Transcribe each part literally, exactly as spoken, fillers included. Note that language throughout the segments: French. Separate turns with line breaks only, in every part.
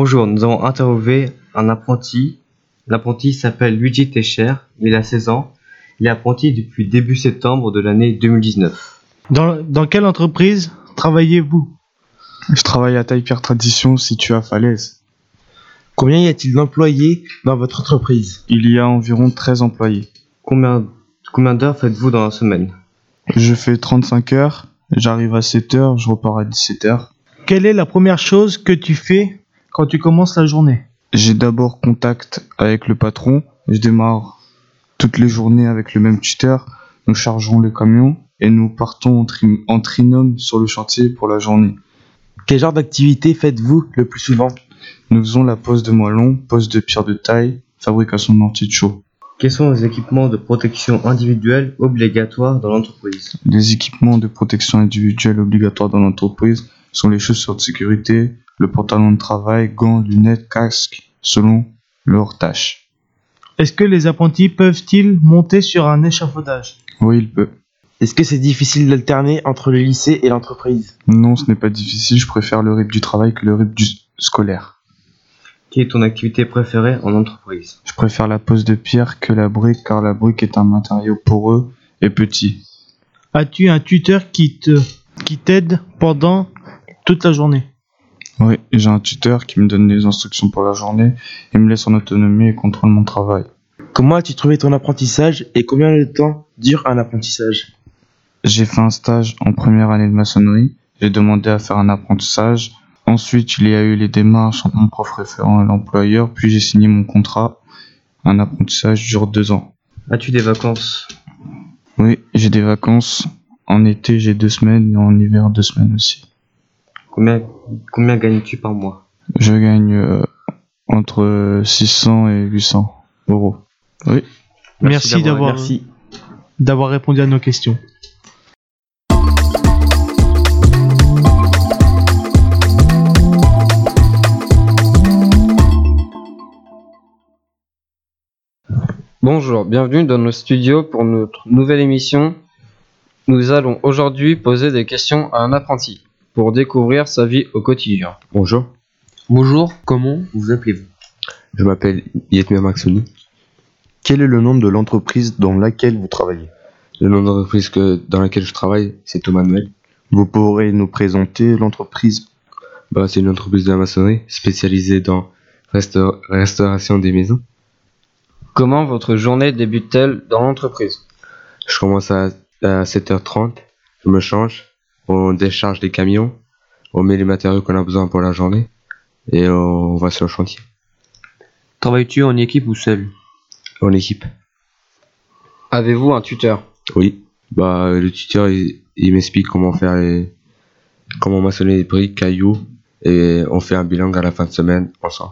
Bonjour, nous avons interviewé un apprenti. L'apprenti s'appelle Luigi Techer, il a seize ans. Il est apprenti depuis début septembre de l'année deux mille dix-neuf.
Dans, dans quelle entreprise travaillez-vous?
Je travaille à Taille-Pierre Tradition, située à Falaise.
Combien y a-t-il d'employés dans votre entreprise?
Il y a environ treize employés.
Combien, combien d'heures faites-vous dans la semaine?
Je fais trente-cinq heures, j'arrive à sept heures, je repars à dix-sept heures.
Quelle est la première chose que tu fais quand tu commences la journée?
J'ai d'abord contact avec le patron, je démarre toutes les journées avec le même tuteur, nous chargeons le camion et nous partons en, tri- en trinôme sur le chantier pour la journée.
Quel genre d'activité faites-vous le plus souvent?
Nous faisons la pose de moellon, pose de pierre de taille, fabrication de mortier de chaux.
Quels sont les équipements de protection individuelle obligatoires dans l'entreprise?
Les équipements de protection individuelle obligatoires dans l'entreprise sont les chaussures de sécurité, le pantalon de travail, gants, lunettes, casques, selon leur tâche.
Est-ce que les apprentis peuvent-ils monter sur un échafaudage?
Oui, il peut.
Est-ce que c'est difficile d'alterner entre le lycée et l'entreprise?
Non, ce n'est pas difficile, je préfère le rythme du travail que le rythme du scolaire.
Quelle est ton activité préférée en entreprise?
Je préfère la pose de pierre que la brique car la brique est un matériau poreux et petit.
As-tu un tuteur qui te qui t'aide pendant toute la journée?
Oui, j'ai un tuteur qui me donne des instructions pour la journée et me laisse en autonomie et contrôle mon travail.
Comment as-tu trouvé ton apprentissage et combien de temps dure un apprentissage?
J'ai fait un stage en première année de maçonnerie, j'ai demandé à faire un apprentissage. Ensuite, il y a eu les démarches entre mon prof référent et l'employeur, puis j'ai signé mon contrat. Un apprentissage dure deux ans.
As-tu des vacances?
Oui, j'ai des vacances. En été, j'ai deux semaines et en hiver, deux semaines aussi.
Combien, combien gagnes-tu par mois?
Je gagne euh, entre six cents et huit cents euros. Oui.
Merci,
Merci
d'avoir,
Merci.
d'avoir répondu à nos questions.
Bonjour, bienvenue dans nos studios pour notre nouvelle émission. Nous allons aujourd'hui poser des questions à un apprenti pour découvrir sa vie au quotidien.
Bonjour,
Bonjour, comment vous appelez-vous?
je m'appelle Yetmir Maxoni.
Quel est le nom de l'entreprise dans laquelle vous travaillez?
Le nom d'entreprise que, dans laquelle je travaille, c'est Thomas Noël.
Vous pourrez nous présenter l'entreprise?
Bah, c'est une entreprise de la maçonnerie spécialisée dans resta- restauration des maisons.
Comment votre journée débute-t-elle dans l'entreprise?
Je commence à, à sept heures trente, je me change, on décharge les camions, on met les matériaux qu'on a besoin pour la journée et on va sur le chantier.
Travailles-tu en équipe ou seul?
En équipe.
Avez-vous un tuteur?
Oui. Bah, le tuteur, il, il m'explique comment faire les, comment maçonner les briques, cailloux et on fait un bilan à la fin de semaine ensemble.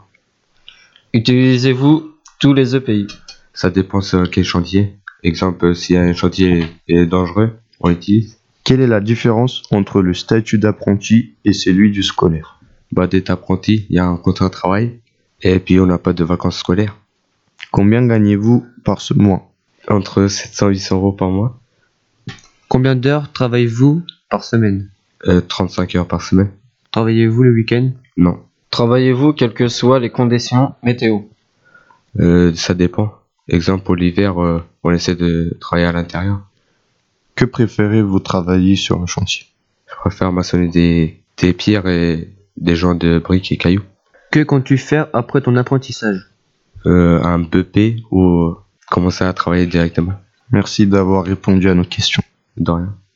Utilisez-vous tous les E P I?
Ça dépend sur quel chantier. Exemple, si un chantier est dangereux, on l'utilise.
Quelle est la différence entre le statut d'apprenti et celui du scolaire?
Bah, d'être apprenti, il y a un contrat de travail et puis on n'a pas de vacances scolaires.
Combien gagnez-vous par ce mois?
Entre sept cents et huit cents euros par mois,
Combien d'heures travaillez-vous par semaine?
euh, trente-cinq heures par semaine.
Travaillez-vous le week-end?
Non,
Travaillez-vous quelles que soient les conditions météo?
euh, ça dépend. Exemple, pour l'hiver, euh, on essaie de travailler à l'intérieur.
Que préférez-vous travailler sur un chantier?
Je préfère maçonner des, des pierres et des joints de briques et cailloux.
Que comptes-tu faire après ton apprentissage?
Euh, un B P ou commencer à travailler directement.
Merci d'avoir répondu à nos questions.
De rien.